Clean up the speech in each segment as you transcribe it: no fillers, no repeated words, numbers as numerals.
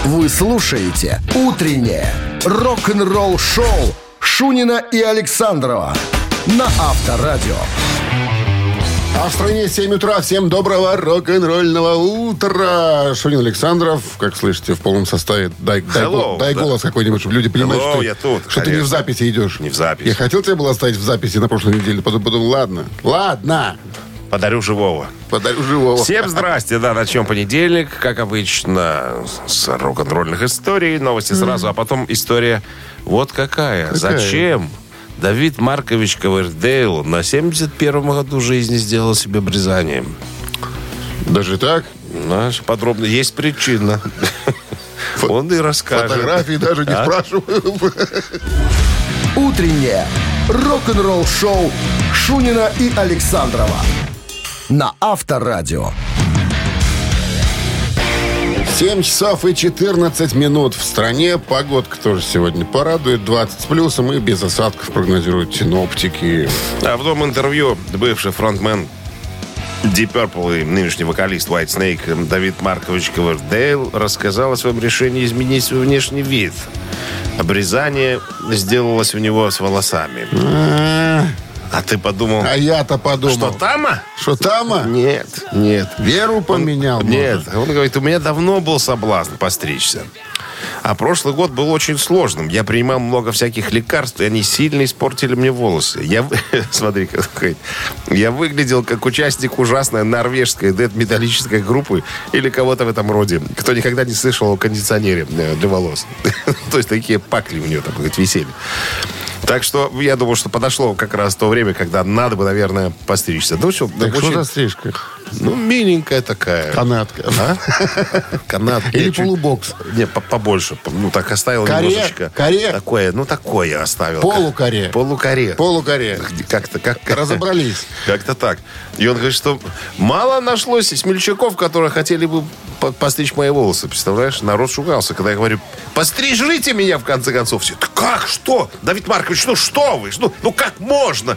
Вы слушаете «Утреннее рок-н-ролл-шоу» Шунина и Александрова на Авторадио. А в стране 7 утра. Всем доброго рок-н-ролльного утра. Шунин, Александров, как слышите, в полном составе. Дай голос какой-нибудь, чтобы люди понимали, что ты не в записи идешь. Не в записи. Я хотел тебя было оставить в записи на прошлой неделе. Потом ладно. Подарю живого. Всем здрасте, на чем понедельник, как обычно, с рок-н-ролльных историй, новости сразу, а потом история вот какая? Зачем Давид Маркович Ковердейл на 71-м году жизни сделал себе обрезание? Даже так? Подробно. Есть причина. Он и расскажет. Фотографии даже не спрашиваю. Утреннее рок-н-ролл-шоу Шунина и Александрова на Авторадио. 7 часов и 14 минут в стране. Погодка тоже сегодня порадует. 20 с плюсом и без осадков прогнозируют синоптики. А в том интервью бывший фронтмен Deep Purple и нынешний вокалист White Snake Давид Маркович Ковердейл рассказал о своем решении изменить свой внешний вид. Обрезание сделалось у него с волосами. А ты подумал... А я-то подумал. Что тама? Что тама? Нет. Веру поменял? Нет. Он говорит, у меня давно был соблазн постричься. А прошлый год был очень сложным. Я принимал много всяких лекарств, и они сильно испортили мне волосы. Смотри, я выглядел как участник ужасной норвежской дэт-металлической группы или кого-то в этом роде, кто никогда не слышал о кондиционере для волос. То есть такие пакли у него там, висели. Так что я думаю, что подошло как раз то время, когда надо бы, наверное, постричься. Ну, все, так что за стрижка? Миленькая такая. Канатка. Канат. Или полубокс. Не, побольше. Так оставил немножечко. Каре? Такое оставил. Полукаре. Полукаре. Как разобрались. Как-то так. И он говорит, что мало нашлось смельчаков, которые хотели бы постричь мои волосы. Представляешь? Народ шугался, когда я говорю, пострижите меня, в конце концов. Все, как? Что? Давид Маркович, что вы? Как можно?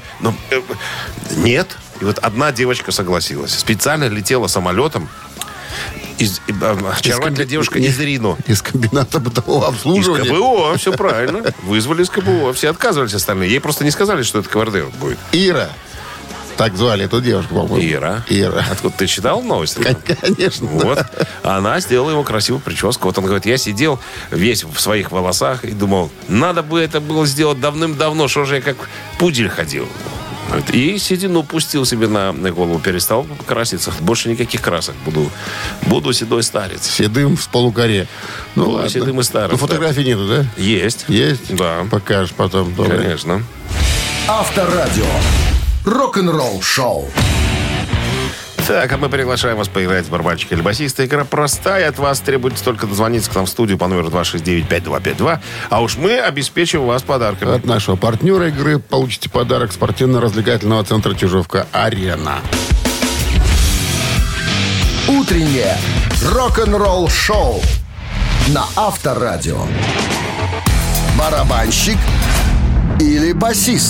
Нет. И вот одна девочка согласилась. Специально летела самолетом. Очаровательная девушка из Рино. Из комбината бытового обслуживания. Из КБО, все правильно. Вызвали из КБО. Все отказывались остальные. Ей просто не сказали, что это Ковердейл будет. Ира. Так звали эту девушку, по-моему. Ира. Откуда ты читал новости? Конечно. Вот. Она сделала ему красивую прическу. Вот он говорит, я сидел весь в своих волосах и думал, надо бы это было сделать давным-давно, что же я как пудель ходил. И седину пустил себе на голову, перестал краситься. Больше никаких красок. Буду седой старец. Седым в полукаре. Ладно. Седым и старым. Фотографий нету, да? Есть? Да. Покажешь потом. Добрый. Конечно. Авторадио. Рок-н-ролл-шоу. Так, а мы приглашаем вас поиграть в барабанщика или басиста. Игра простая. От вас требуется только дозвониться к нам в студию по номеру 269-5252. А уж мы обеспечим вас подарками. От нашего партнера игры получите подарок спортивно-развлекательного центра «Чижовка-Арена». Утреннее рок-н-ролл-шоу на Авторадио. Барабанщик или басист?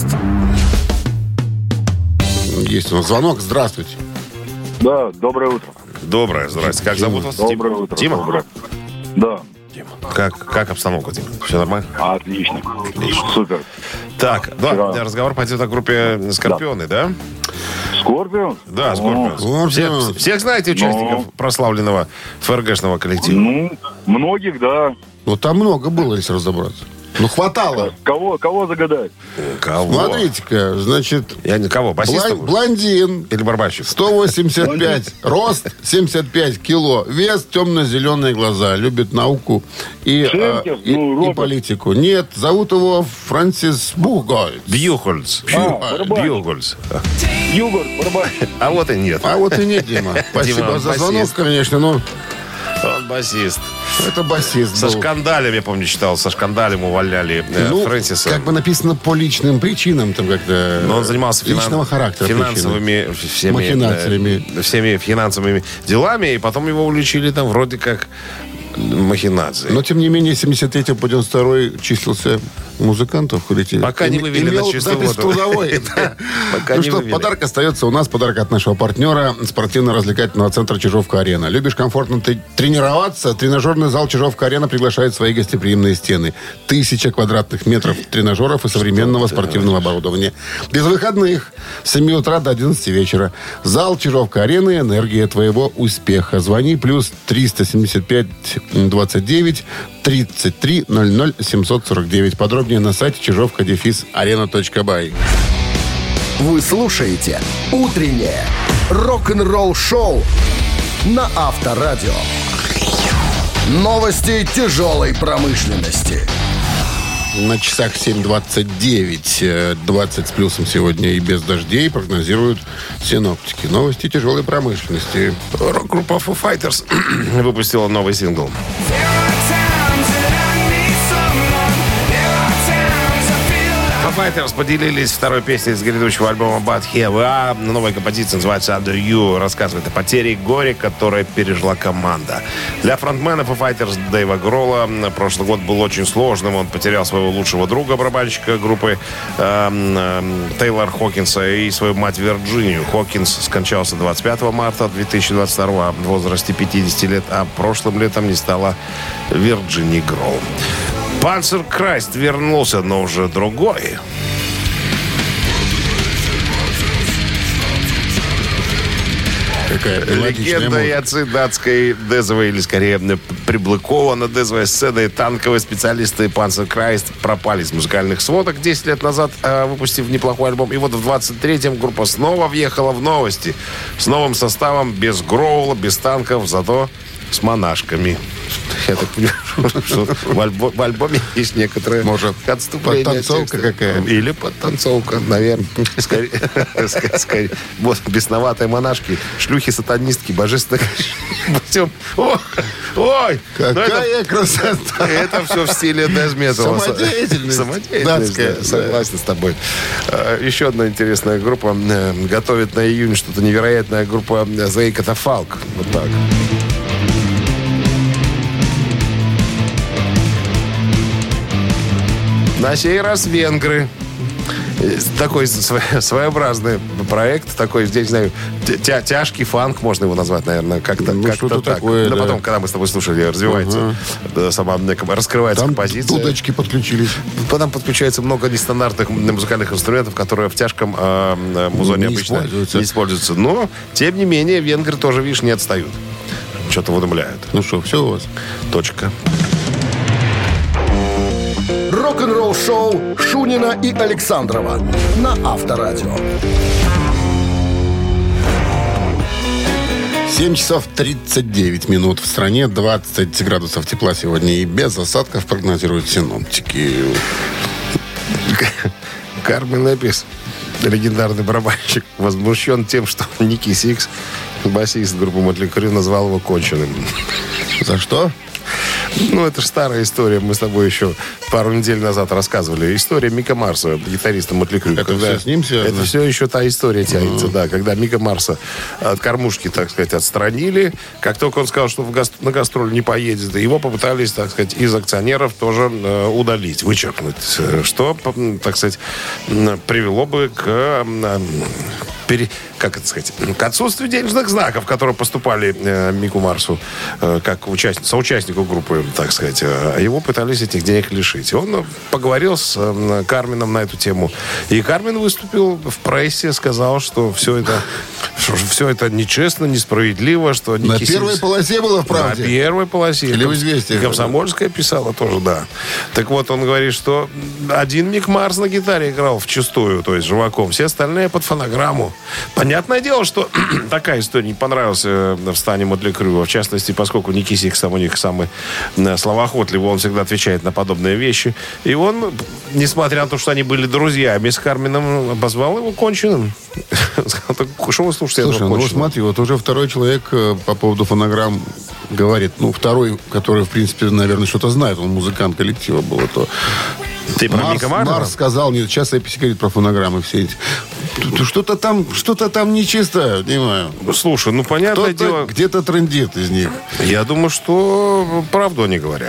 Есть у нас звонок. Здравствуйте. Да, доброе утро. Доброе, здрасте. Как зовут вас? Доброе утро. Тима? Доброе. Да. Тима. Как обстановка, Тима? Все нормально? Отлично. Супер. Так, разговор пойдет о группе «Скорпионы», да? Скорпион? Да, «Скорпион». Всех знаете участников прославленного ФРГшного коллектива? Многих, да. Там много было, если разобраться. Хватало. Кого загадать? Кого? Смотрите-ка, значит... Я не кого, басиста? Блондин. Или барабанщик? 185. Рост 75 кило. Вес, темно-зеленые глаза. Любит науку и политику. Нет, зовут его Франсис Бухгольц. Бьюгольц. Бьюгольц. барабанщик. А вот и нет. Дима. Спасибо за звонок, конечно, но... Он басист. Это басист Со был. шкандалем, я помню, читал. Со шкандалем увольняли Фрэнсиса. Как бы написано по личным причинам. Там как-то. Но он занимался личного характера финансовыми всеми финансовыми делами. И потом его уличили там вроде как махинации. Но, тем не менее, 73-й по 92-й числился музыкантов улетели. Пока не вывели на чистую воду. Трудовой. Ну что, подарок остается у нас. Подарок от нашего партнера спортивно-развлекательного центра «Чижовка-арена». Любишь комфортно тренироваться? Тренажерный зал «Чижовка-арена» приглашает в свои гостеприимные стены. 1000 квадратных метров тренажеров и современного спортивного оборудования. Без выходных. С 7 утра до 11 вечера. Зал «Чижовка-арены» — энергия твоего успеха. Звони плюс 375 29 33 00 749. Подробнее на сайте чижовка-арена.бай. Вы слушаете «Утреннее рок-н-ролл-шоу» на Авторадио. Новости тяжелой промышленности. На часах 7:29. 20 с плюсом сегодня и без дождей прогнозируют синоптики. Новости тяжелой промышленности. Рок-группа Foo Fighters выпустила новый сингл. Foo Fighters поделились второй песней с грядущего альбома Bad Here. Новая композиция называется Under You. Рассказывает о потере и горе, которое пережила команда. Для фронтмена Foo Fighters Дэйва Гролла прошлый год был очень сложным. Он потерял своего лучшего друга, барабанщика группы Тейлора Хокинса, и свою мать Вирджинию. Хокинс скончался 25 марта 2022 в возрасте 50 лет, а прошлым летом не стало Вирджинии Гролл. Панцеркрайст вернулся, но уже другой. Легенда и отцы датской дезовой, или скорее приблокована дезовая сцена, и танковые специалисты Панцеркрайст пропали из музыкальных сводок 10 лет назад, выпустив неплохой альбом. И вот в 23-м группа снова въехала в новости. С новым составом, без Гроула, без танков, зато с монашками. Я так понимаю, что в альбоме есть некоторые отступления. Подтанцовка какая? Или подтанцовка, наверное. Скорее. Вот, бесноватые монашки, шлюхи-сатанистки, божественные путем. Ой! Какая красота! Это все в стиле дэз-металла. Самодеятельность. Согласен с тобой. Еще одна интересная группа готовит на июнь что-то невероятное. Группа The Catafalque. Вот так. На сей раз венгры. Такой своеобразный проект, такой, здесь, не знаю, тяжкий фанк, можно его назвать, наверное, как-то, что-то так. Такое, но да. потом, когда мы с тобой слушали, развивается, сама раскрывается там композиция. дудочки подключились. Потом подключается много нестандартных музыкальных инструментов, которые в тяжком музоне обычно не используются. Но, тем не менее, венгры тоже, видишь, не отстают. Что-то выдумляют. Ну что, все у вас? Точка. Рок-н-ролл-шоу Шунина и Александрова на Авторадио. 7 часов 39 минут. В стране 20 градусов тепла сегодня. И без осадков прогнозируют синоптики. Кармен Эпис, легендарный барабанщик, возмущен тем, что Ники Сикс, басист группы Мотли Крю, назвал его конченым. За что? Ну, это же старая история. Мы с тобой еще пару недель назад рассказывали. История Мика Марса, гитариста Мотли Крю. Это все с ним связано? Это все еще та история тянется, да. Когда Мика Марса от кормушки, так сказать, отстранили. Как только он сказал, что на гастроль не поедет, его попытались, так сказать, из акционеров тоже удалить, вычеркнуть. Что, так сказать, привело бы к... как это сказать, к отсутствию денежных знаков, которые поступали Мику Марсу как соучастнику группы, так сказать. Его пытались этих денег лишить. Он поговорил с Карменом на эту тему. И Кармен выступил в прессе, сказал, что все это нечестно, несправедливо, что на первой полосе было в «Правде»? На первой полосе. Или в «Известиях»? Комсомольская писала тоже, да. Так вот, он говорит, что один Мик Марс на гитаре играл вчистую, то есть живаком. Все остальные под фонограмму. Понятное дело, что такая история не понравилась в стане Мотли Крю. В частности, поскольку Ники Сикс там у них самый словоохотливый, он всегда отвечает на подобные вещи. И он, несмотря на то, что они были друзьями с Карменом, обозвал его конченым. Сказал, что вы слушаете? Слушай, ну смотри, вот уже второй человек по поводу фонограмм говорит. Ну, второй, который, в принципе, наверное, что-то знает. Он музыкант коллектива был. То ты про Мика Марса? Марс сказал, нет, сейчас Эпис говорит про фонограммы все эти. Что-то там нечисто, понимаю. Слушай, ну понятное дело... Где-то трындит из них. Я думаю, что правду они говорят.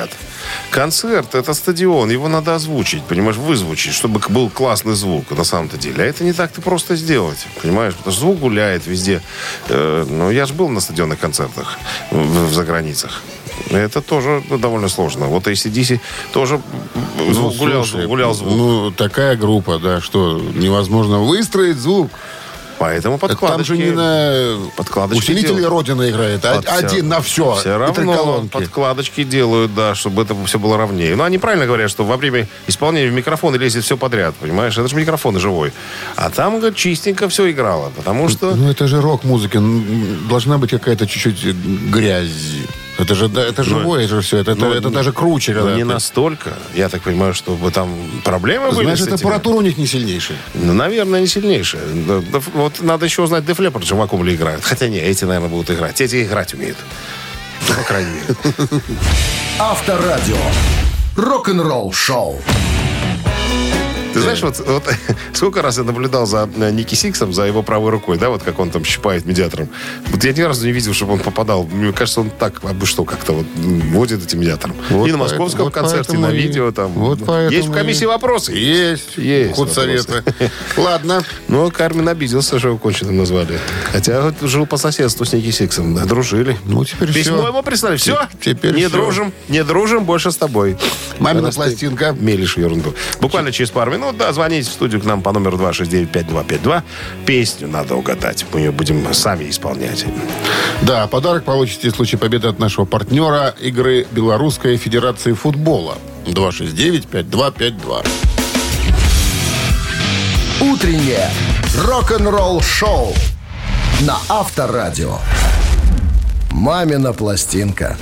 Концерт — это стадион, его надо озвучить, понимаешь, вызвучить, чтобы был классный звук на самом-то деле. А это не так-то просто сделать, понимаешь, потому что звук гуляет везде. Ну, я же был на стадионных концертах в заграницах. Это тоже довольно сложно. Вот AC/DC тоже гулял звук. Ну, такая группа, да, что невозможно выстроить звук. Поэтому подкладочки... Там же не на усилителе Родина играет, а один на все. Все равно подкладочки делают, да, чтобы это все было ровнее. Но они правильно говорят, что во время исполнения в микрофон лезет все подряд, понимаешь? Это же микрофон живой. А там, говорит, чистенько все играло, потому что... Ну, это же рок-музыка. Должна быть какая-то чуть-чуть грязь. Это живое, это же все. Это даже круче. Но не настолько. Я так понимаю, чтобы там проблемы были. Знаешь, аппаратура у них не сильнейшая. Ну, наверное, не сильнейшая. Вот надо еще узнать, Def Leppard же в аккумуле играют. Хотя не, эти, наверное, будут играть. Эти играть умеют. По крайней мере. Авторадио. Рок-н-ролл шоу. Ты знаешь, вот сколько раз я наблюдал за Ники Сиксом, за его правой рукой, да, вот как он там щипает медиатором. Вот я ни разу не видел, чтобы он попадал. Мне кажется, он так, что как-то вот водит этим медиатором. Вот и на московском концерте, на видео там. Вот есть в комиссии вопросы? Есть. Худсовета. Ладно. Ну, Кармен обиделся, что его конченым назвали. Хотя жил по соседству с Ники Сиксом, да, дружили. Ну, теперь письмо все. ему прислали. Все, теперь не все. Не дружим больше с тобой. Мамина пластинка. Мелишь ерунду. Буквально через пару минут, да, звоните в студию к нам по номеру 269-5252. Песню надо угадать. Мы ее будем сами исполнять. Да, подарок получите в случае победы от нашего партнера игры Белорусской Федерации футбола. 269-5252. Утреннее рок-н-ролл шоу на Авторадио. Мамина пластинка.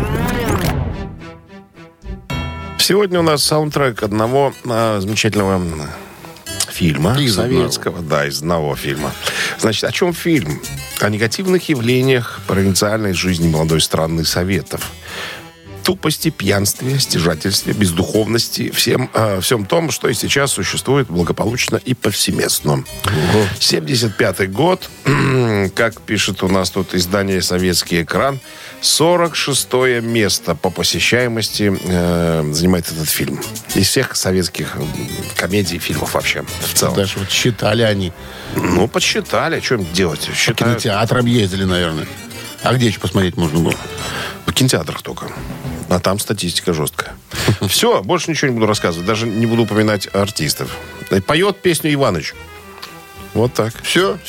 Сегодня у нас саундтрек одного замечательного фильма советского. Да, из одного фильма. Значит, о чем фильм? О негативных явлениях провинциальной жизни молодой страны Советов. Тупости, пьянстве, стяжательстве, бездуховности, всем том, что и сейчас существует благополучно и повсеместно. 75-й год, как пишет у нас тут издание «Советский экран», 46-е место по посещаемости занимает этот фильм. Из всех советских комедий и фильмов вообще в целом. Даже вот считали они. Ну, подсчитали. Что им делать? По кинотеатрам ездили, наверное. А где еще посмотреть можно было? В кинотеатрах только. А там статистика жесткая. Все, больше ничего не буду рассказывать. Даже не буду упоминать артистов. Поет песню Иваныч. Вот так. Все.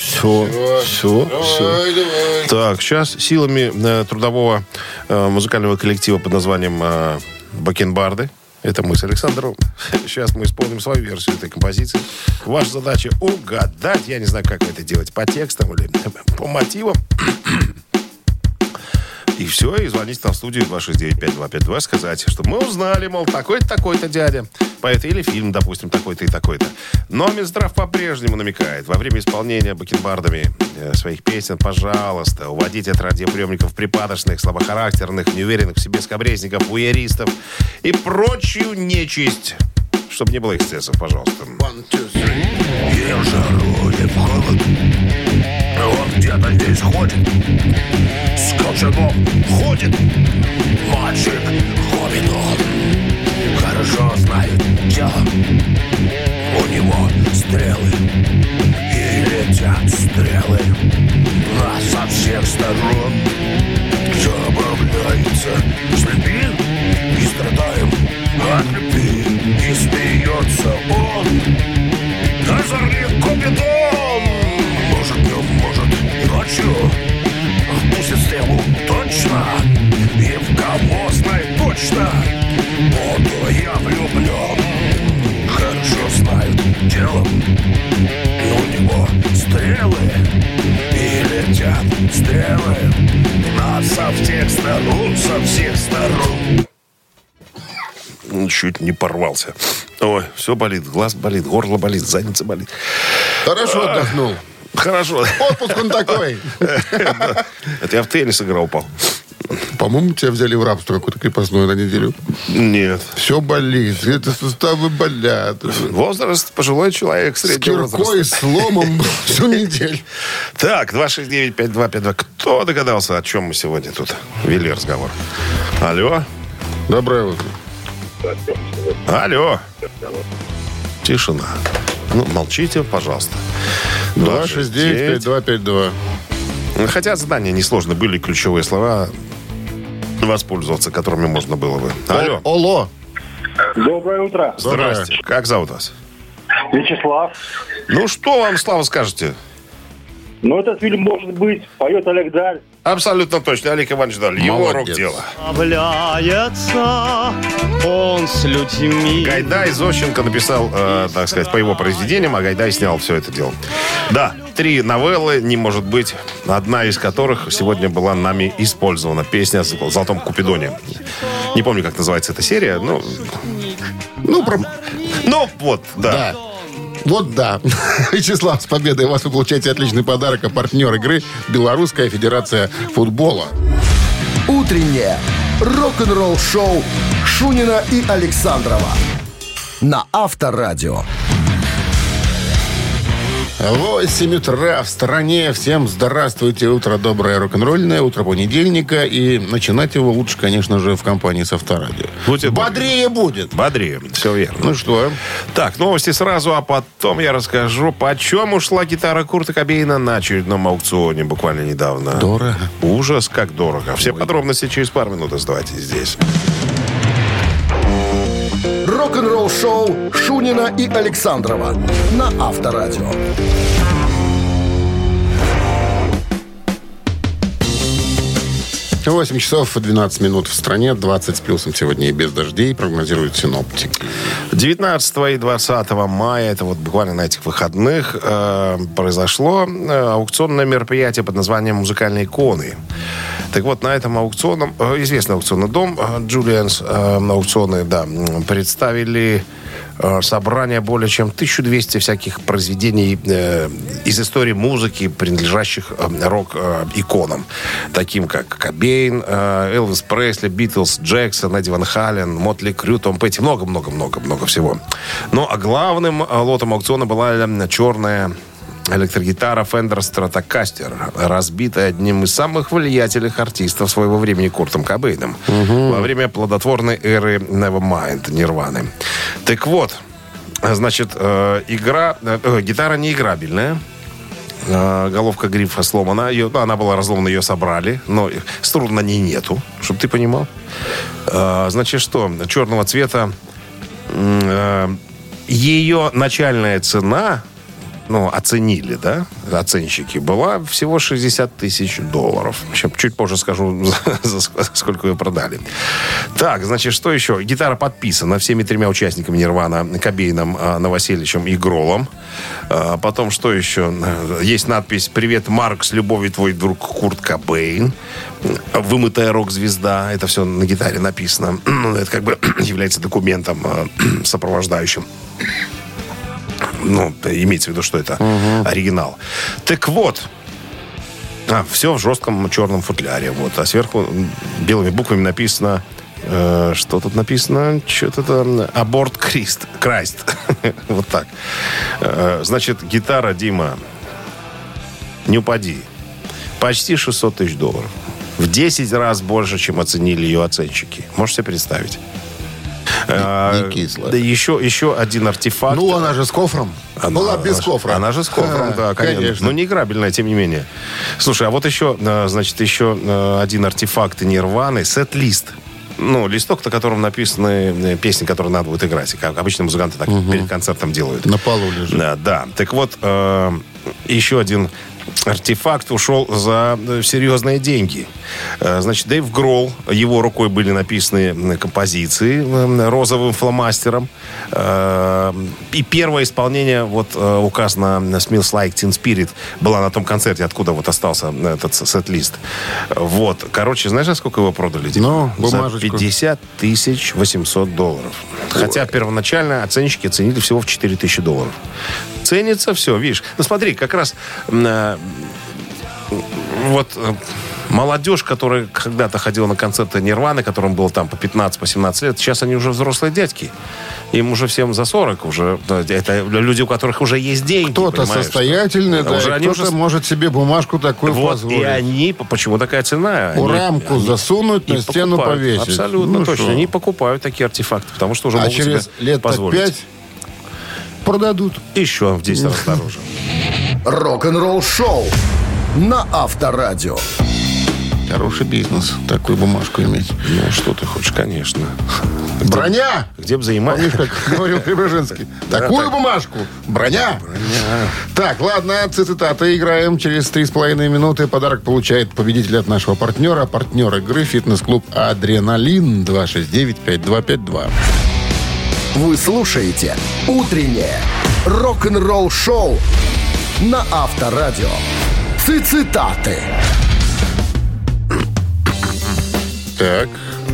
Давай. Так, сейчас силами трудового музыкального коллектива под названием «Бакенбарды». Это мы с Александром. Сейчас мы исполним свою версию этой композиции. Ваша задача угадать. Я не знаю, как вы это делать. По текстам или по мотивам. И все, и звоните нам в студию 269-5252, сказать, что мы узнали, мол, такой-то, такой-то дядя поэт, или фильм, допустим, такой-то и такой-то. Но Минздрав по-прежнему намекает, во время исполнения бакенбардами своих песен, пожалуйста, уводите от радиоприемников припадочных, слабохарактерных, неуверенных в себе скабрезников, вуэристов и прочую нечисть, чтобы не было эксцессов, пожалуйста. И в жару, и в холод, он где-то здесь ходит, с колчаном ходит, мальчик ходит он, хорошо знает дело, у него стрелы, и летят стрелы нас со всех сторон, забавляется с любви и страдаем от любви, и смеется он, озорник Купидон, может днем, может ночью, пустит стрелу точно, и в кого знает точно, буду я влюблен, хорошо знает дело, и у него стрелы, и летят стрелы нас со всех сторон, со всех сторон. Чуть не порвался. Ой, все болит, глаз болит, горло болит, задница болит. Хорошо отдохнул. Хорошо. Отпуск он такой. Это я в теннис играл, упал. По-моему, тебя взяли в рабство какое-то крепостное на неделю. Нет. Все болит, это суставы болят. Возраст, пожилой человек, среднего возраста. С киркой, с ломом всю неделю. Так, 269-5252. Кто догадался, о чем мы сегодня тут вели разговор? Алло. Доброе утро. Алло. Тишина. Ну, молчите, пожалуйста. 269-5252. Хотя задания несложно. Были ключевые слова, воспользоваться которыми можно было бы. Алло. Оло. Доброе утро. Здрасте. Как зовут вас? Вячеслав. Ну, что вам, Слава, скажете? Ну, этот фильм, может быть, поет Олег Даль. Абсолютно точно. Олег Иванович Даль. Его Молодец. рук-дело. Является он с людьми. Гайдай Зощенко написал, так сказать, по его произведениям, а Гайдай снял все это дело. Да, 3 новеллы, не может быть, одна из которых сегодня была нами использована. Песня о Золотом Купидоне. Не помню, как называется эта серия, но... Ну, вот, да. Да. Вот да. Вячеслав, с победой вас вы получаете отличный подарок. А партнер игры — Белорусская Федерация Футбола. Утреннее рок-н-ролл-шоу Шунина и Александрова на Авторадио. 8 утра в стране. Всем здравствуйте. Утро доброе, рок-н-ролльное. Утро понедельника. И начинать его лучше, конечно же, в компании с Авторадио. Бодрее будет. Бодрее, все верно. Ну что? Так, новости сразу, а потом я расскажу, почем ушла гитара Курта Кобейна на очередном аукционе буквально недавно. Дорого. Ужас, как дорого. Все подробности через пару минут оставайтесь здесь. Рок-н-ролл-шоу Шунина и Александрова на Авторадио. 8 часов 12 минут в стране, 20 с плюсом сегодня и без дождей, прогнозируют синоптики. 19 и 20 мая, это вот буквально на этих выходных, произошло аукционное мероприятие под названием «Музыкальные иконы». Так вот, на этом аукционном, известный аукционный дом, Julien's аукционы, да, представили собрание более чем 1200 всяких произведений из истории музыки, принадлежащих рок-иконам, таким как Кобейн, Элвис Пресли, Битлз, Джексон, Эдди Ван Хален, Мотли Крю, Том Петти, много-много-много всего. Ну, а главным лотом аукциона была черная электрогитара Fender Stratocaster, разбитая одним из самых влиятельных артистов своего времени Куртом Кобейном во время плодотворной эры Nevermind, Нирваны. Так вот, значит, гитара неиграбельная. Головка грифа сломана. Она была разломана, ее собрали. Но струн на ней нету, чтобы ты понимал. Значит, что? Черного цвета. Ее начальная цена... оценили, да, оценщики, была всего $60 тысяч. Сейчас чуть позже скажу, за сколько ее продали. Так, значит, что еще? Гитара подписана всеми 3 участниками Нирвана, Кобейном, Новоселичем и Гролом. Потом, что еще? Есть надпись «Привет, Марк, с любовью, твой друг Курт Кобейн». Вымытая рок-звезда. Это все на гитаре написано. Это как бы является документом сопровождающим. Имеется в виду, что это оригинал. Так вот, все в жестком черном футляре. Вот. А сверху белыми буквами написано... что тут написано? Что-то там... Аборт Крайст. Вот так. Значит, гитара, Дима, не упади. Почти $600 тысяч. В 10 раз больше, чем оценили ее оценщики. Можете себе представить? Не кисло. Да еще один артефакт. Ну, она же с кофром. Была без кофра. Она же с кофром, да, конечно. Но не играбельная, тем не менее. Слушай, а вот еще один артефакт Нирваны. Сет-лист. Листок, на котором написаны песни, которые надо будет играть. Как обычно музыканты так перед концертом делают. На полу лежит. Да. Так вот, еще один артефакт ушел за серьезные деньги. Значит, Дэйв Гролл, его рукой были написаны композиции розовым фломастером. И первое исполнение, указ на Smells Like Teen Spirit, была на том концерте, откуда остался этот сет-лист. Короче, знаешь, за сколько его продали? Бумажечку. За $50 800. Хотя первоначально оценщики оценили всего в $4 тысячи. Ценится все, видишь. Смотри, как раз Молодежь, которая когда-то ходила на концерты Нирваны, которым было там по 15-17 лет, сейчас они уже взрослые дядьки. Им уже всем за 40 уже. Это люди, у которых уже есть деньги. Кто-то состоятельный, да, уже кто-то может себе бумажку такую позволить. И они, почему такая цена? Рамку засунуть, на стену повесить. Абсолютно точно. Они покупают такие артефакты, потому что уже могут себе через лет позволить. 5 продадут. Еще в 10 раз дороже. Рок-н-ролл шоу на Авторадио. Хороший бизнес, такую бумажку иметь. Ну, что ты хочешь, конечно. Броня! Где бы занимать? Помнишь, как говорил Преображенский? Такую бумажку! Броня! Так, ладно, цитаты играем через 3,5 минуты. Подарок получает победитель от нашего партнера. Партнер игры «Фитнес-клуб Адреналин» 269-5252. Вы слушаете «Утреннее рок-н-ролл-шоу» на Авторадио. Цитаты. Так.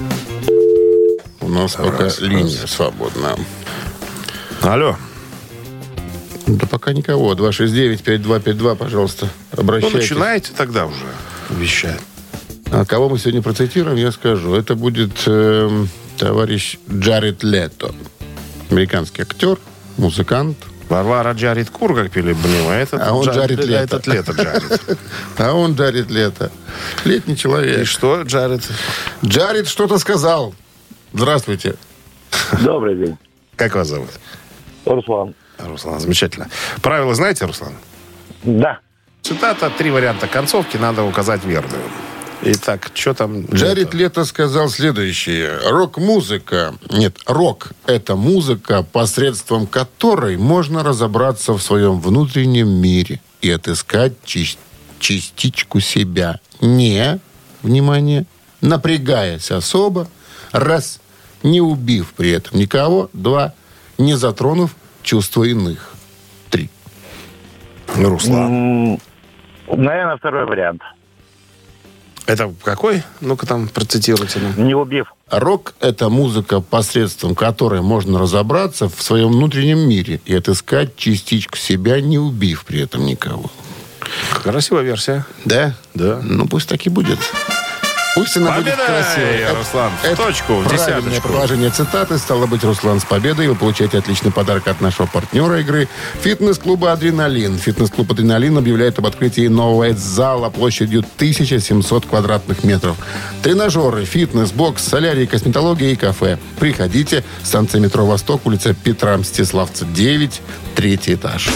У нас пока линия свободна. Алло. Да пока никого. 269-5252, пожалуйста, обращайтесь. Ну, начинаете тогда уже вещать. А кого мы сегодня процитируем, я скажу. Это будет товарищ Джаред Лето. Американский актер, музыкант. Варвара Джаред Кур, как пели, блин, а он Джаред Лето. Этот Лето Джаред. А он Джаред Лето. Летний человек. И что, Джаред? Джаред что-то сказал. Здравствуйте. Добрый день. Как вас зовут? Руслан. Руслан, замечательно. Правила знаете, Руслан? Да. Цитата, 3 варианта концовки, надо указать верную. Итак, что там? Джаред Лето сказал следующее. Рок-музыка... Нет, рок — это музыка, посредством которой можно разобраться в своем внутреннем мире и отыскать частичку себя, не, внимание, напрягаясь особо, раз, не убив при этом никого, 2, не затронув чувства иных, 3. Руслан. Наверное, второй вариант. Это какой? Ну-ка там процитируйте нам. Не убив. Рок — это музыка, посредством которой можно разобраться в своем внутреннем мире и отыскать частичку себя, не убив при этом никого. Красивая версия. Да? Да. Ну, пусть так и будет. Пусть она будет красивой. Руслан, в точку, в правильное десяточку. продолжение цитаты. Стало быть, Руслан с победой. Вы получаете отличный подарок от нашего партнера игры «Фитнес-клуба «Адреналин». «Фитнес-клуб «Адреналин» объявляет об открытии нового зала площадью 1700 квадратных метров. Тренажеры, фитнес, бокс, солярий, косметология и кафе. Приходите. Станция метро «Восток», улица Петра Мстиславца, 9, 3-й этаж.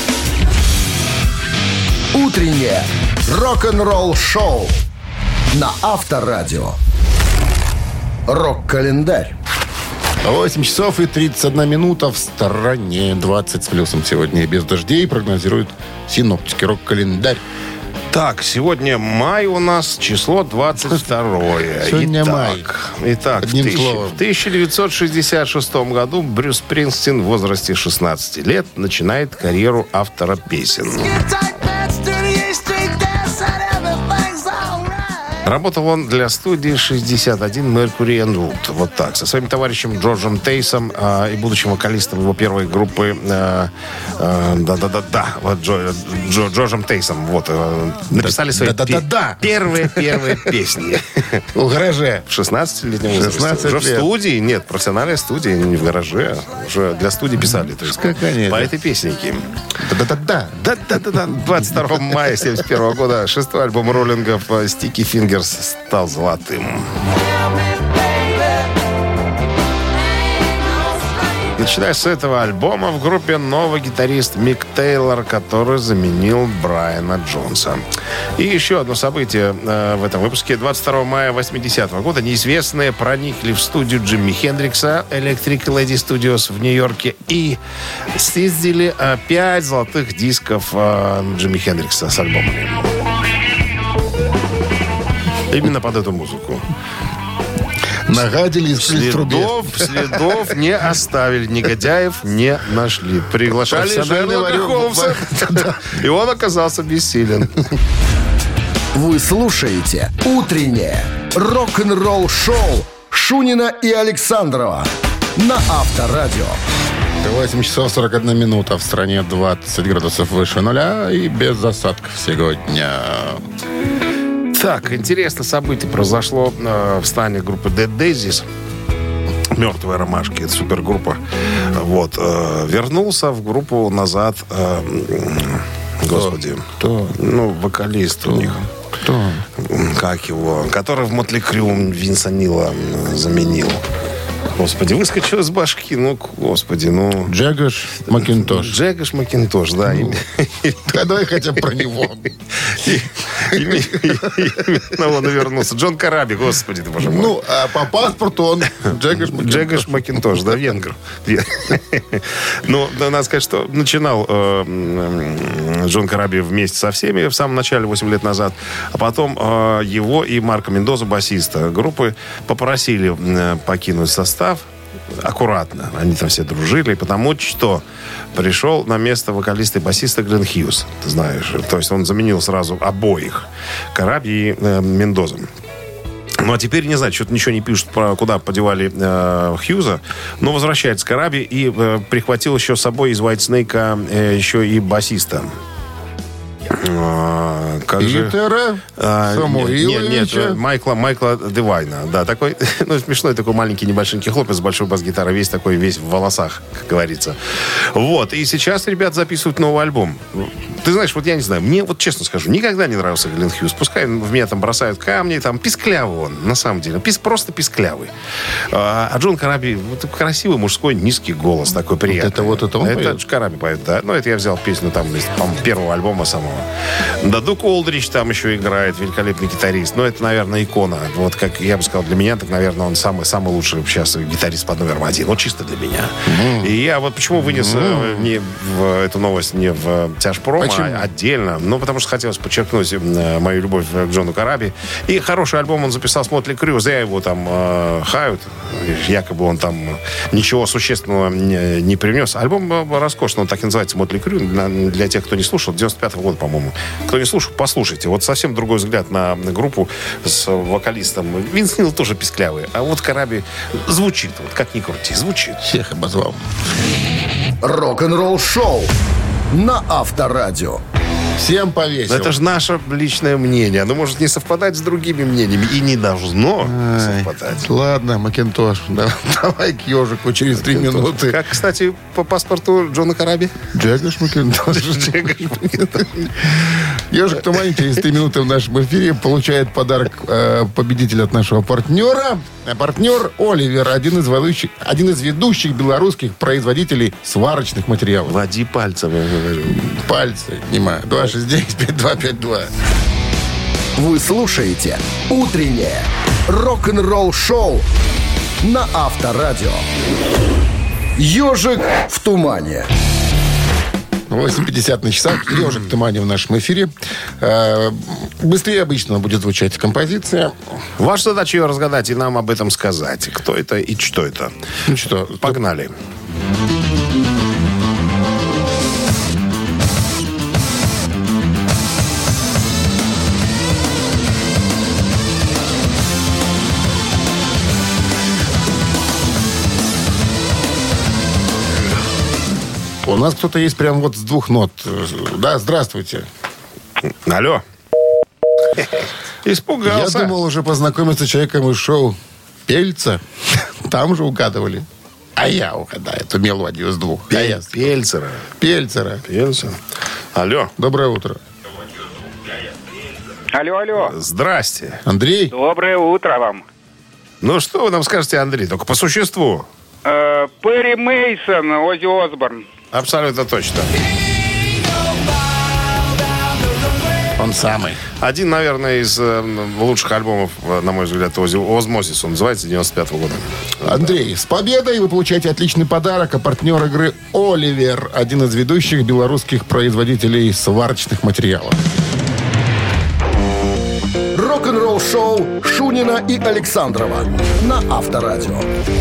Утреннее рок-н-ролл-шоу на Авторадио. Рок-календарь. 8 часов и 31 минута в стороне. 20 с плюсом сегодня и без дождей, прогнозируют синоптики. Рок-календарь. Так, сегодня май у нас, число 22. Сегодня май. Итак, одним словом. В 1966 году Брюс Спрингстин в возрасте 16 лет начинает карьеру автора песен. Работал он для студии 61 Mercury and Wood. Вот так. Со своим товарищем Джорджем Тейсом и будущим вокалистом его первой группы Джорджем Тейсом. Вот. Написали свои первые песни. В гараже. В 16-летнем возрасте. Уже в студии. Нет, профессиональной студии, не в гараже. Уже для студии писали. То есть по этой песенке. Да-да-да. Да-да-да. 22 мая 1971 года шестой альбом роллингов «Sticky Fingers» стал золотым. Начиная с этого альбома в группе новый гитарист Мик Тейлор, который заменил Брайана Джонса. И еще одно событие в этом выпуске. 22 мая 80-го года неизвестные проникли в студию Джимми Хендрикса Electric Lady Studios в Нью-Йорке и съездили 5 золотых дисков Джимми Хендрикса с альбомами. Именно под эту музыку. Нагадили из следов не оставили, негодяев не нашли. Приглашали Шерлока Холмса, и он оказался бессилен. Вы слушаете «Утреннее рок-н-ролл-шоу» Шунина и Александрова на Авторадио. 8 часов 41 минута. В стране 20 градусов выше нуля и без осадков сегодня. Так, интересное событие произошло в стане группы Dead Daisies. «Мертвые ромашки». Это супергруппа. Вот. Вернулся в группу назад... Господи. Кто? Ну, вокалист у них. Кто? Как его? Который в Мотли Крю Винса Нила заменил. Господи, выскочил из башки. Ну, господи, ну... Джегош Макинтош. Джегош Макинтош, да. Давай хотя бы про него. Именно он и вернулся. Джон Караби, господи ты, боже мой. Ну, а по паспорту он Джегош Макинтош, да, венгр. Ну, надо сказать, что начинал Джон Караби вместе со всеми в самом начале, 8 лет назад. А потом его и Марко Мендоза, басиста группы, попросили покинуть состав. Аккуратно. Они там все дружили, потому что пришел на место вокалиста и басиста Глен Хьюз. Ты знаешь. То есть он заменил сразу обоих. Караби и Мендоза. Ну, а теперь, не знаю, что-то ничего не пишут, про куда подевали Хьюза. Но возвращается Караби и прихватил еще с собой из White Snake еще и басиста. Питера Самуиловича. Нет, Майкла Девайна. Да, такой, ну, смешной такой маленький небольшенький хлопец с большой бас-гитарой, весь такой, весь в волосах, как говорится. Вот, и сейчас ребят записывают новый альбом. Ты знаешь, вот я не знаю, мне, вот честно скажу, никогда не нравился Глен Хьюз. Пускай в меня там бросают камни, там писклявый он, на самом деле. Просто писклявый. А Джон Караби, вот красивый мужской низкий голос, такой приятный. Вот это он поет? Это Караби поет, да. Ну, это я взял песню там из первого альбома самого. Да, Дук Олдрич там еще играет, великолепный гитарист. Но это, наверное, икона. Вот, как я бы сказал, для меня, так, наверное, он самый лучший сейчас гитарист под номером 1. Вот чисто для меня. И я вот почему вынес не в эту новость не в тяжпром, а отдельно. Ну, потому что хотелось подчеркнуть мою любовь к Джону Караби. И хороший альбом он записал с Мотли Крю. Зря его там хают. Якобы он там ничего существенного не привнес. Альбом роскошный, он так и называется, Мотли Крю. Для тех, кто не слушал, 95-го года, по-моему. Кто не слушал, послушайте. Вот совсем другой взгляд на группу с вокалистом. Винс Нил тоже писклявый. А вот Караби звучит. Вот как ни крути, звучит. Всех обозвал. Рок-н-ролл шоу на Авторадио. Всем повесил. Но это же наше личное мнение. Оно может не совпадать с другими мнениями. И не должно совпадать. Ладно, Макинтош, давай к ежику через 3 минуты. Как, кстати, по паспорту Джона Караби? Джегош Макинтош. Ежик Тумани через 3 минуты в нашем эфире получает подарок победитель от нашего партнера. Партнер Оливер, один из ведущих белорусских производителей сварочных материалов. Води пальцем, я говорю. Пальцы, внимаю. 269-5252. Вы слушаете «Утреннее рок-н-ролл-шоу» на Авторадио. «Ежик в тумане». 8:50 на часах. «Ежик в тумане» в нашем эфире. Быстрее обычно будет звучать композиция. Ваша задача ее разгадать и нам об этом сказать. Кто это и что это. Ну что, погнали. У нас кто-то есть прям вот с 2 нот. Да, здравствуйте. Алло. Испугался. Я думал уже познакомиться с человеком из шоу Пельца. Там же угадывали. А я угадаю эту мелодию с 2. Пельцера. Пельцера. Алло. Доброе утро. Алло. Здрасте. Андрей. Доброе утро вам. Ну, что вы нам скажете, Андрей? Только по существу. Перри Мейсон, Оззи Осборн. Абсолютно точно. Он самый. Один, наверное, из лучших альбомов, на мой взгляд, «Озмозис». Он называется, 95-го года. Андрей, с победой вы получаете отличный подарок. А партнер игры «Оливер», один из ведущих белорусских производителей сварочных материалов. Рок-н-ролл-шоу Шунина и Александрова на Авторадио.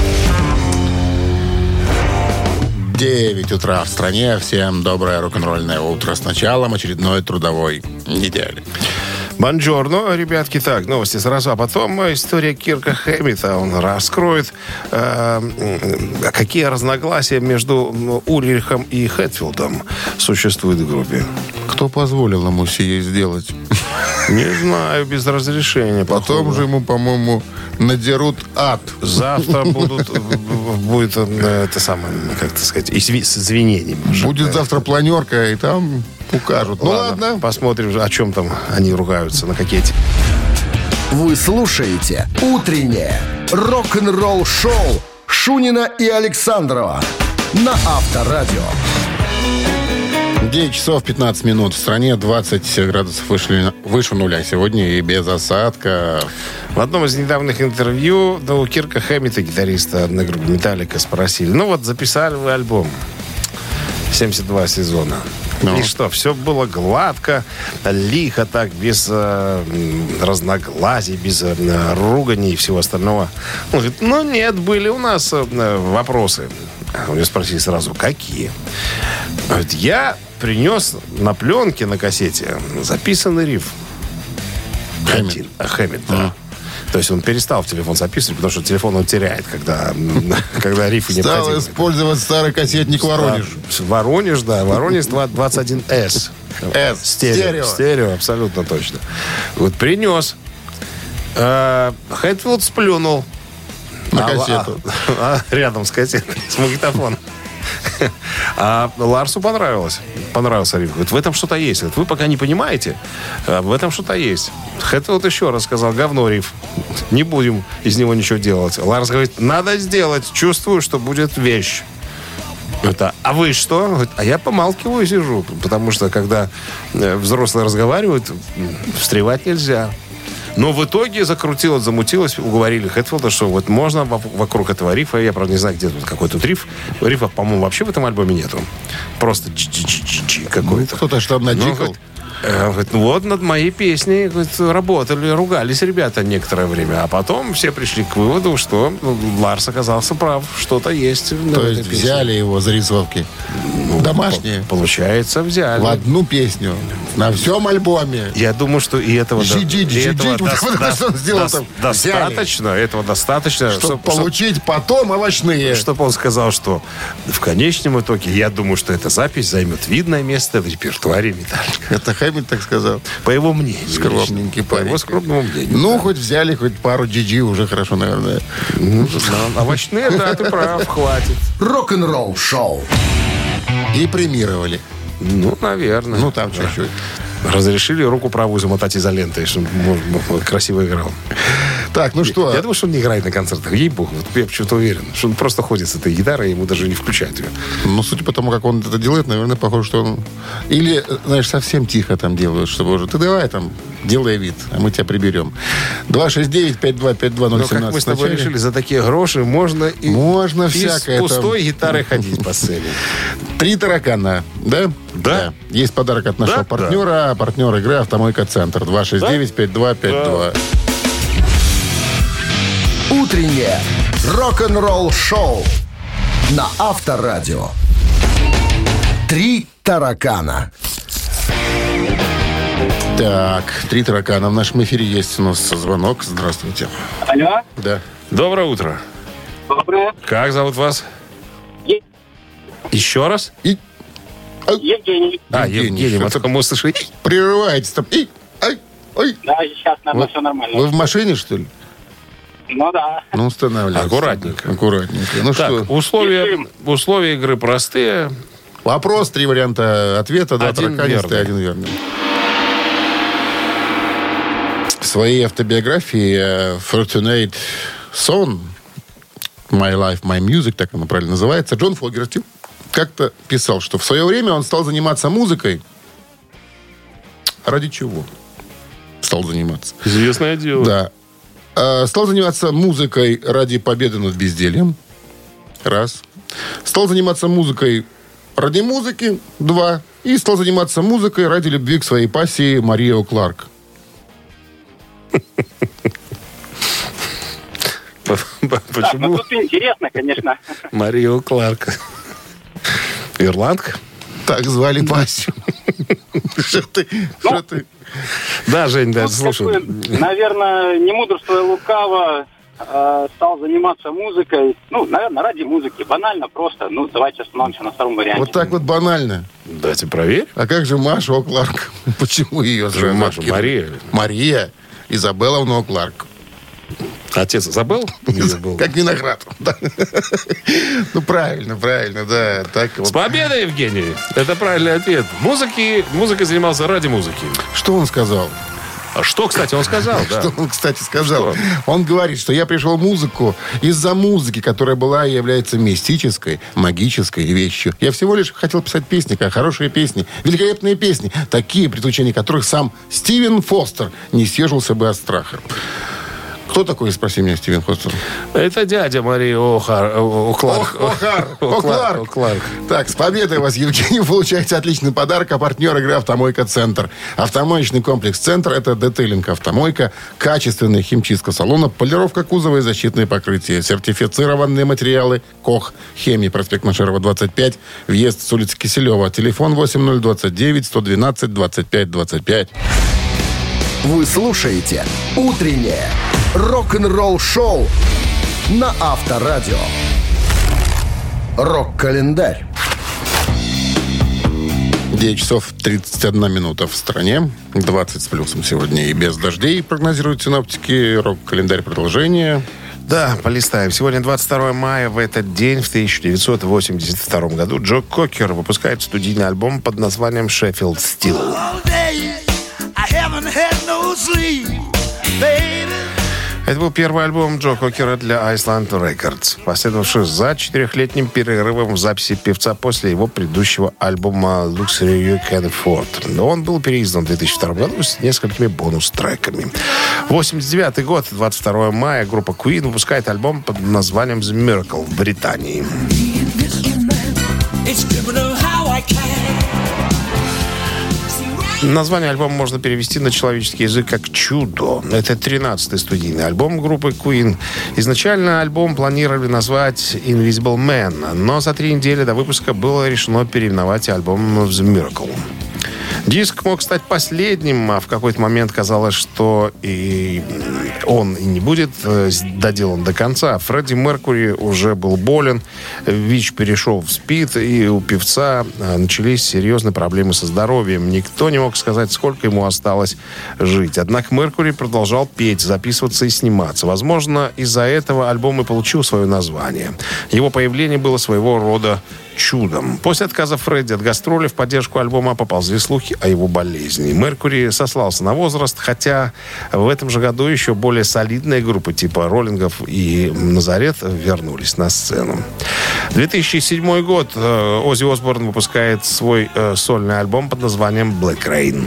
9 утра в стране. Всем доброе рок-н-ролльное утро. С началом очередной трудовой недели. Бонжорно, ребятки. Так, новости сразу, а потом история Кирка Хэммита. Он раскроет, какие разногласия между Ульрихом и Хэтфилдом существуют в группе. Кто позволил ему сие сделать? Не знаю, без разрешения. Потом же ему, по-моему, надерут ад. Завтра будет это самое, как это сказать, с извинением. Будет завтра планерка, и там укажут. Ну ладно. Посмотрим, о чем там они ругаются, на какие темы. Вы слушаете «Утреннее рок-н-ролл-шоу» Шунина и Александрова на Авторадио. 9 часов 15 минут. В стране 20 градусов выше нуля сегодня и без осадка. В одном из недавних интервью у Кирка Хэммита, гитариста одной группы «Металлика», спросили: ну вот, записали вы альбом 72 сезона. И что, все было гладко, лихо так, без разногласий, без ругани и всего остального. Он говорит, ну нет, были у нас вопросы. У него спросили сразу, какие? Говорит, я принес на пленке, на кассете записанный риф. Хэммит, да. То есть он перестал в телефон записывать, потому что телефон он теряет, когда рифы не стал использовать старый кассетник Воронеж. Воронеж, да. Воронеж 21С. Стерео, абсолютно точно. Вот принес. Хэтфилд сплюнул. На кассету. Рядом с кассетой, с магнитофоном. А Ларсу понравился риф. Говорит, в этом что-то есть. Говорит, вы пока не понимаете, а в этом что-то есть. Хэтфилд еще раз сказал, говно риф. Не будем из него ничего делать. Ларс говорит, надо сделать. Чувствую, что будет вещь. Это, а вы что? Говорит, а я помалкиваю и сижу. Потому что, когда взрослые разговаривают, встревать нельзя. Но в итоге замутилось, уговорили Хэтфилда, что вот можно вокруг этого рифа, я, правда, не знаю, где тут какой тут риф. Рифа, по-моему, вообще в этом альбоме нету. Просто какой-то. Кто-то что там наджикал. Говорит, ну вот над моей песней работали, ругались ребята некоторое время. А потом все пришли к выводу, что Ларс оказался прав. Что-то есть. То есть взяли его зарисовки. Домашние. Получается, взяли. В одну песню. На всем альбоме. Я думаю, что и этого достаточно. Чтобы получить потом овощные. Чтобы он сказал, что в конечном итоге, я думаю, что эта запись займет видное место в репертуаре Металлика. Это Хэммит так сказал. По его мнению. Скромненький парень. По его скромному мнению. Ну, хоть взяли, хоть пару GG уже хорошо, наверное. Овощные, да, ты прав, хватит. Рок-н-ролл шоу. И премировали. Ну, наверное. Ну, там чуть-чуть. Разрешили руку правую замотать изолентой, чтобы красиво играл. Так, ну что? Я думаю, что он не играет на концертах. Ей-богу, вот я почему-то уверен, что он просто ходит с этой гитарой, ему даже не включают ее. Ну, судя по тому, как он это делает, наверное, похоже, что он... Или, знаешь, совсем тихо там делают, чтобы уже... Ты давай там, делай вид, а мы тебя приберем. 269-5252-017. Ну, как мы с тобой решили, за такие гроши можно всякое с пустой гитарой ходить по сцене. 3 таракана, да? Да. Есть подарок от нашего партнера. Партнер игры «Автомойка-центр». 269-5252. Утреннее рок-н-ролл шоу на Авторадио. 3 таракана. Так, 3 таракана. В нашем эфире есть у нас звонок. Здравствуйте. Алло. Да. Доброе утро. Доброе. Как зовут вас? Еще раз? Евгений. Евгений. Мы только мы услышали. Прерываетесь там. Ой. Да, сейчас, наверное, все нормально. Вы в машине, что ли? Ну да. Ну, устанавливайте. Аккуратненько. Ну так, что? условия игры простые. Вопрос, 3 варианта ответа. 2 тараканистые, 1 верный. В своей автобиографии Fortunate Son, My Life, My Music, так оно правильно называется, Джон Фогерти как-то писал, что в свое время он стал заниматься музыкой. Ради чего? Стал заниматься. Известное дело. Да. Стал заниматься музыкой ради победы над бездельем. 1. Стал заниматься музыкой ради музыки. 2. И стал заниматься музыкой ради любви к своей пассии Марио Кларк. Почему? Ну, тут интересно, конечно. Марио Кларк. Ирландка? Так звали пассию. Что ты? Да, Жень, да, слушай. Наверное, не мудрствуя лукаво, стал заниматься музыкой. Ну, наверное, ради музыки. Банально, просто. Ну, давайте остановимся на 2 варианте. Вот так вот банально. Давайте проверим. А как же Маша О'Кларк? Почему ее же Маша? Мария. Мария Изабелловна О'Кларк. Отец забыл? Как виноград. Ну, правильно, да. С победой, Евгений! Это правильный ответ. Музыкой занимался ради музыки. Что он сказал? А что, кстати, он сказал? Да. Что он, кстати, сказал? Он говорит, что я пришел в музыку из-за музыки, которая была и является мистической, магической вещью. Я всего лишь хотел писать песни, как хорошие песни, великолепные песни, такие, при звучании которых сам Стивен Фостер не съежился бы от страха. Кто такой, спроси меня, Стивен Фостер? Это дядя Марии О'Кларк. О'Кларк. Так, с победой вас, Евгений. Вы получаете отличный подарок. А партнер игры «Автомойка Центр». Автомоечный комплекс «Центр» — это детейлинг автомойка, качественная химчистка салона, полировка кузова и защитные покрытия, сертифицированные материалы «Кох Хемии». Проспект Машерова, 25. Въезд с улицы Киселева. Телефон 8029-112-25-25. Вы слушаете «Утреннее рок-н-ролл-шоу» на Авторадио. Рок-календарь. 9 часов 31 минута в стране. 20 с плюсом сегодня и без дождей, прогнозируют синоптики. Рок-календарь продолжение. Да, полистаем. Сегодня 22 мая. В этот день, в 1982 году, Джо Кокер выпускает студийный альбом под названием «Sheffield Steel». Это был первый альбом Джо Кокера для Island Records, последовавший за 4-летним перерывом в записи певца после его предыдущего альбома Luxury You Can Afford. Но он был переиздан в 2002 году с несколькими бонус-треками. 89 год, 22 мая, группа Queen выпускает альбом под названием The Miracle в Британии. Название альбома можно перевести на человеческий язык как «Чудо». Это 13-й студийный альбом группы Queen. Изначально альбом планировали назвать «Invisible Man», но за 3 недели до выпуска было решено переименовать альбом в «The Miracle». Диск мог стать последним, а в какой-то момент казалось, что и он и не будет доделан до конца. Фредди Меркьюри уже был болен, ВИЧ перешел в СПИД, и у певца начались серьезные проблемы со здоровьем. Никто не мог сказать, сколько ему осталось жить. Однако Меркьюри продолжал петь, записываться и сниматься. Возможно, из-за этого альбом и получил свое название. Его появление было своего рода чудом. После отказа Фредди от гастролей в поддержку альбома поползли слухи о его болезни. Меркьюри сослался на возраст, хотя в этом же году еще более солидные группы типа Роллингов и Назарет вернулись на сцену. 2007 год. Оззи Осборн выпускает свой сольный альбом под названием «Black Rain».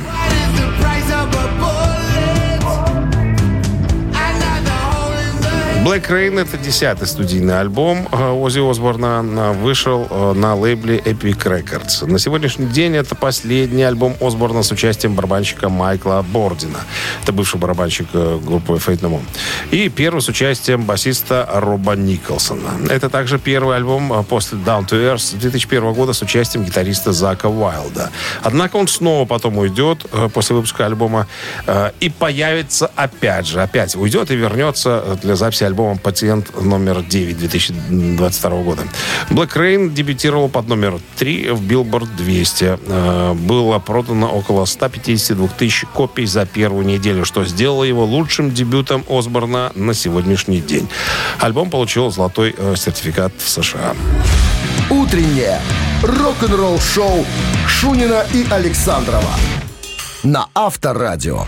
Black Rain — это 10-й студийный альбом Оззи Осборна, вышел на лейбле Epic Records. На сегодняшний день это последний альбом Осборна с участием барабанщика Майкла Бордина. Это бывший барабанщик группы Faith No More. И первый с участием басиста Роба Николсона. Это также первый альбом после Down to Earth 2001 года с участием гитариста Зака Уайлда. Однако он снова потом уйдет после выпуска альбома и появится опять уйдет и вернется для записи альбома «Пациент номер 9» 2022 года. Black Rain дебютировал под номер 3 в Billboard 200. Было продано около 152 тысяч копий за первую неделю, что сделало его лучшим дебютом Осборна на сегодняшний день. Альбом получил золотой сертификат в США. Утреннее рок-н-ролл-шоу Шунина и Александрова на Авторадио.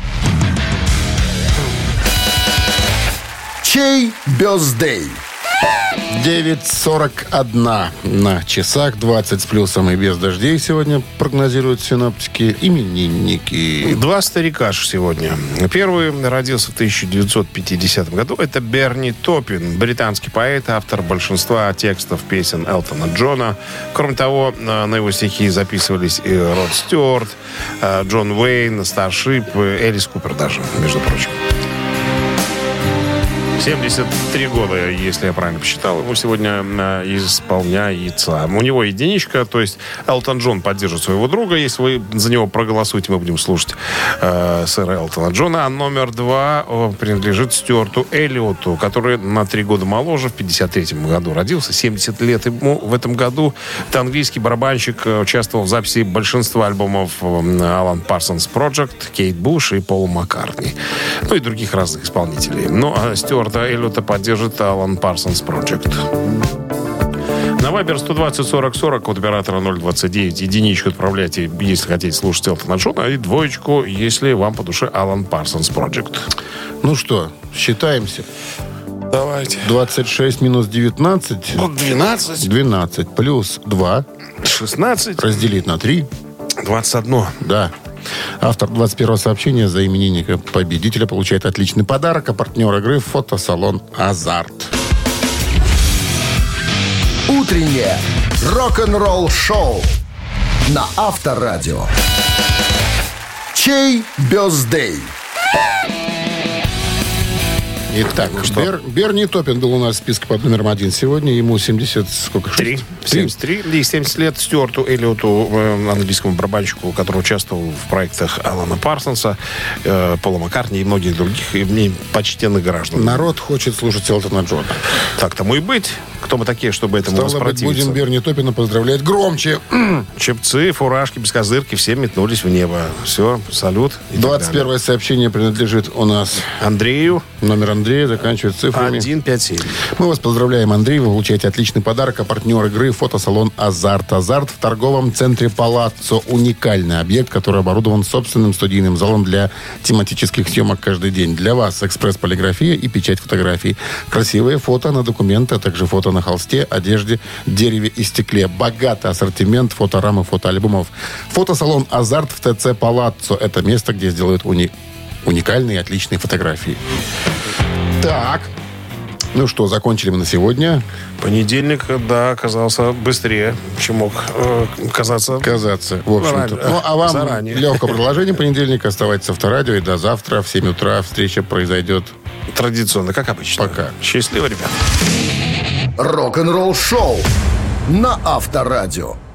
Чей бёздей? 9:41 на часах, 20 с плюсом и без дождей сегодня прогнозируют синоптики. Именинники. 2 старикаш сегодня. Первый родился в 1950 году. Это Берни Топпин, британский поэт, автор большинства текстов песен Элтона Джона. Кроме того, на его стихи записывались и Род Стюарт, Джон Уэйн, Старшип, Элис Купер даже, между прочим. В 73 года, если я правильно посчитал, ему сегодня исполняется. У него единичка, то есть Элтон Джон поддержит своего друга. Если вы за него проголосуете, мы будем слушать сэра Элтона Джона. А номер 2 принадлежит Стюарту Эллиоту, который на 3 года моложе, в 53-м году родился, 70 лет ему в этом году. Это английский барабанщик, участвовал в записи большинства альбомов Alan Parsons Project, Кейт Буш и Пол Маккартни. Ну и других разных исполнителей. Ну, а Стюарта Эллиота поддержит Alan Parsons Project. На Вайбер 120-40-40 от оператора 029. Единичку отправляйте, если хотите слушать Элтона Джона, и двоечку, если вам по душе Alan Parsons Project. Ну что, считаемся. Давайте. 26 минус 19. 12. 12 плюс 2. 16. Разделить на 3. 21. Да. Автор 21-го сообщения за именинника победителя получает отличный подарок, а партнер игры — фотосалон «Азарт». Утреннее рок-н-ролл-шоу на Авторадио. Чей бёздей? Итак, Берни Топпин был у нас в списке под номером 1 сегодня. Ему 70... Сколько? 73. И 70 лет Стюарту Эллиоту, английскому барабанщику, который участвовал в проектах Алана Парсонса, Пола Маккартни и многих других и в ней почтенных граждан. Народ хочет слушать Элтона Джона. Так тому и быть. Кто мы такие, чтобы этому воспротивиться? Будем Берни Топпина поздравлять громче. Чепцы, фуражки, бескозырки, все метнулись в небо. Все, салют. 21-е сообщение принадлежит у нас Андрею. Номер Андрея заканчивается цифрами 157. Мы вас поздравляем, Андрей. Вы получаете отличный подарок, а партнер игры — фотосалон «Азарт». «Азарт» в торговом центре «Палаццо». Уникальный объект, который оборудован собственным студийным залом для тематических съемок каждый день. Для вас экспресс-полиграфия и печать фотографий. Красивые фото на документы, а также фото на холсте, одежде, дереве и стекле. Богатый ассортимент фоторам и фотоальбомов. Фотосалон «Азарт» в ТЦ «Палаццо». Это место, где сделают уникальные и отличные фотографии. Так. Ну что, закончили мы на сегодня. Понедельник, да, оказался быстрее, чем мог казаться. В общем-то. Ну, а вам заранее легкое продолжение понедельника. Оставайтесь в Авторадио. И до завтра в 7 утра встреча произойдет традиционно, как обычно. Пока. Счастливо, ребят. Рок-н-ролл шоу на Авторадио.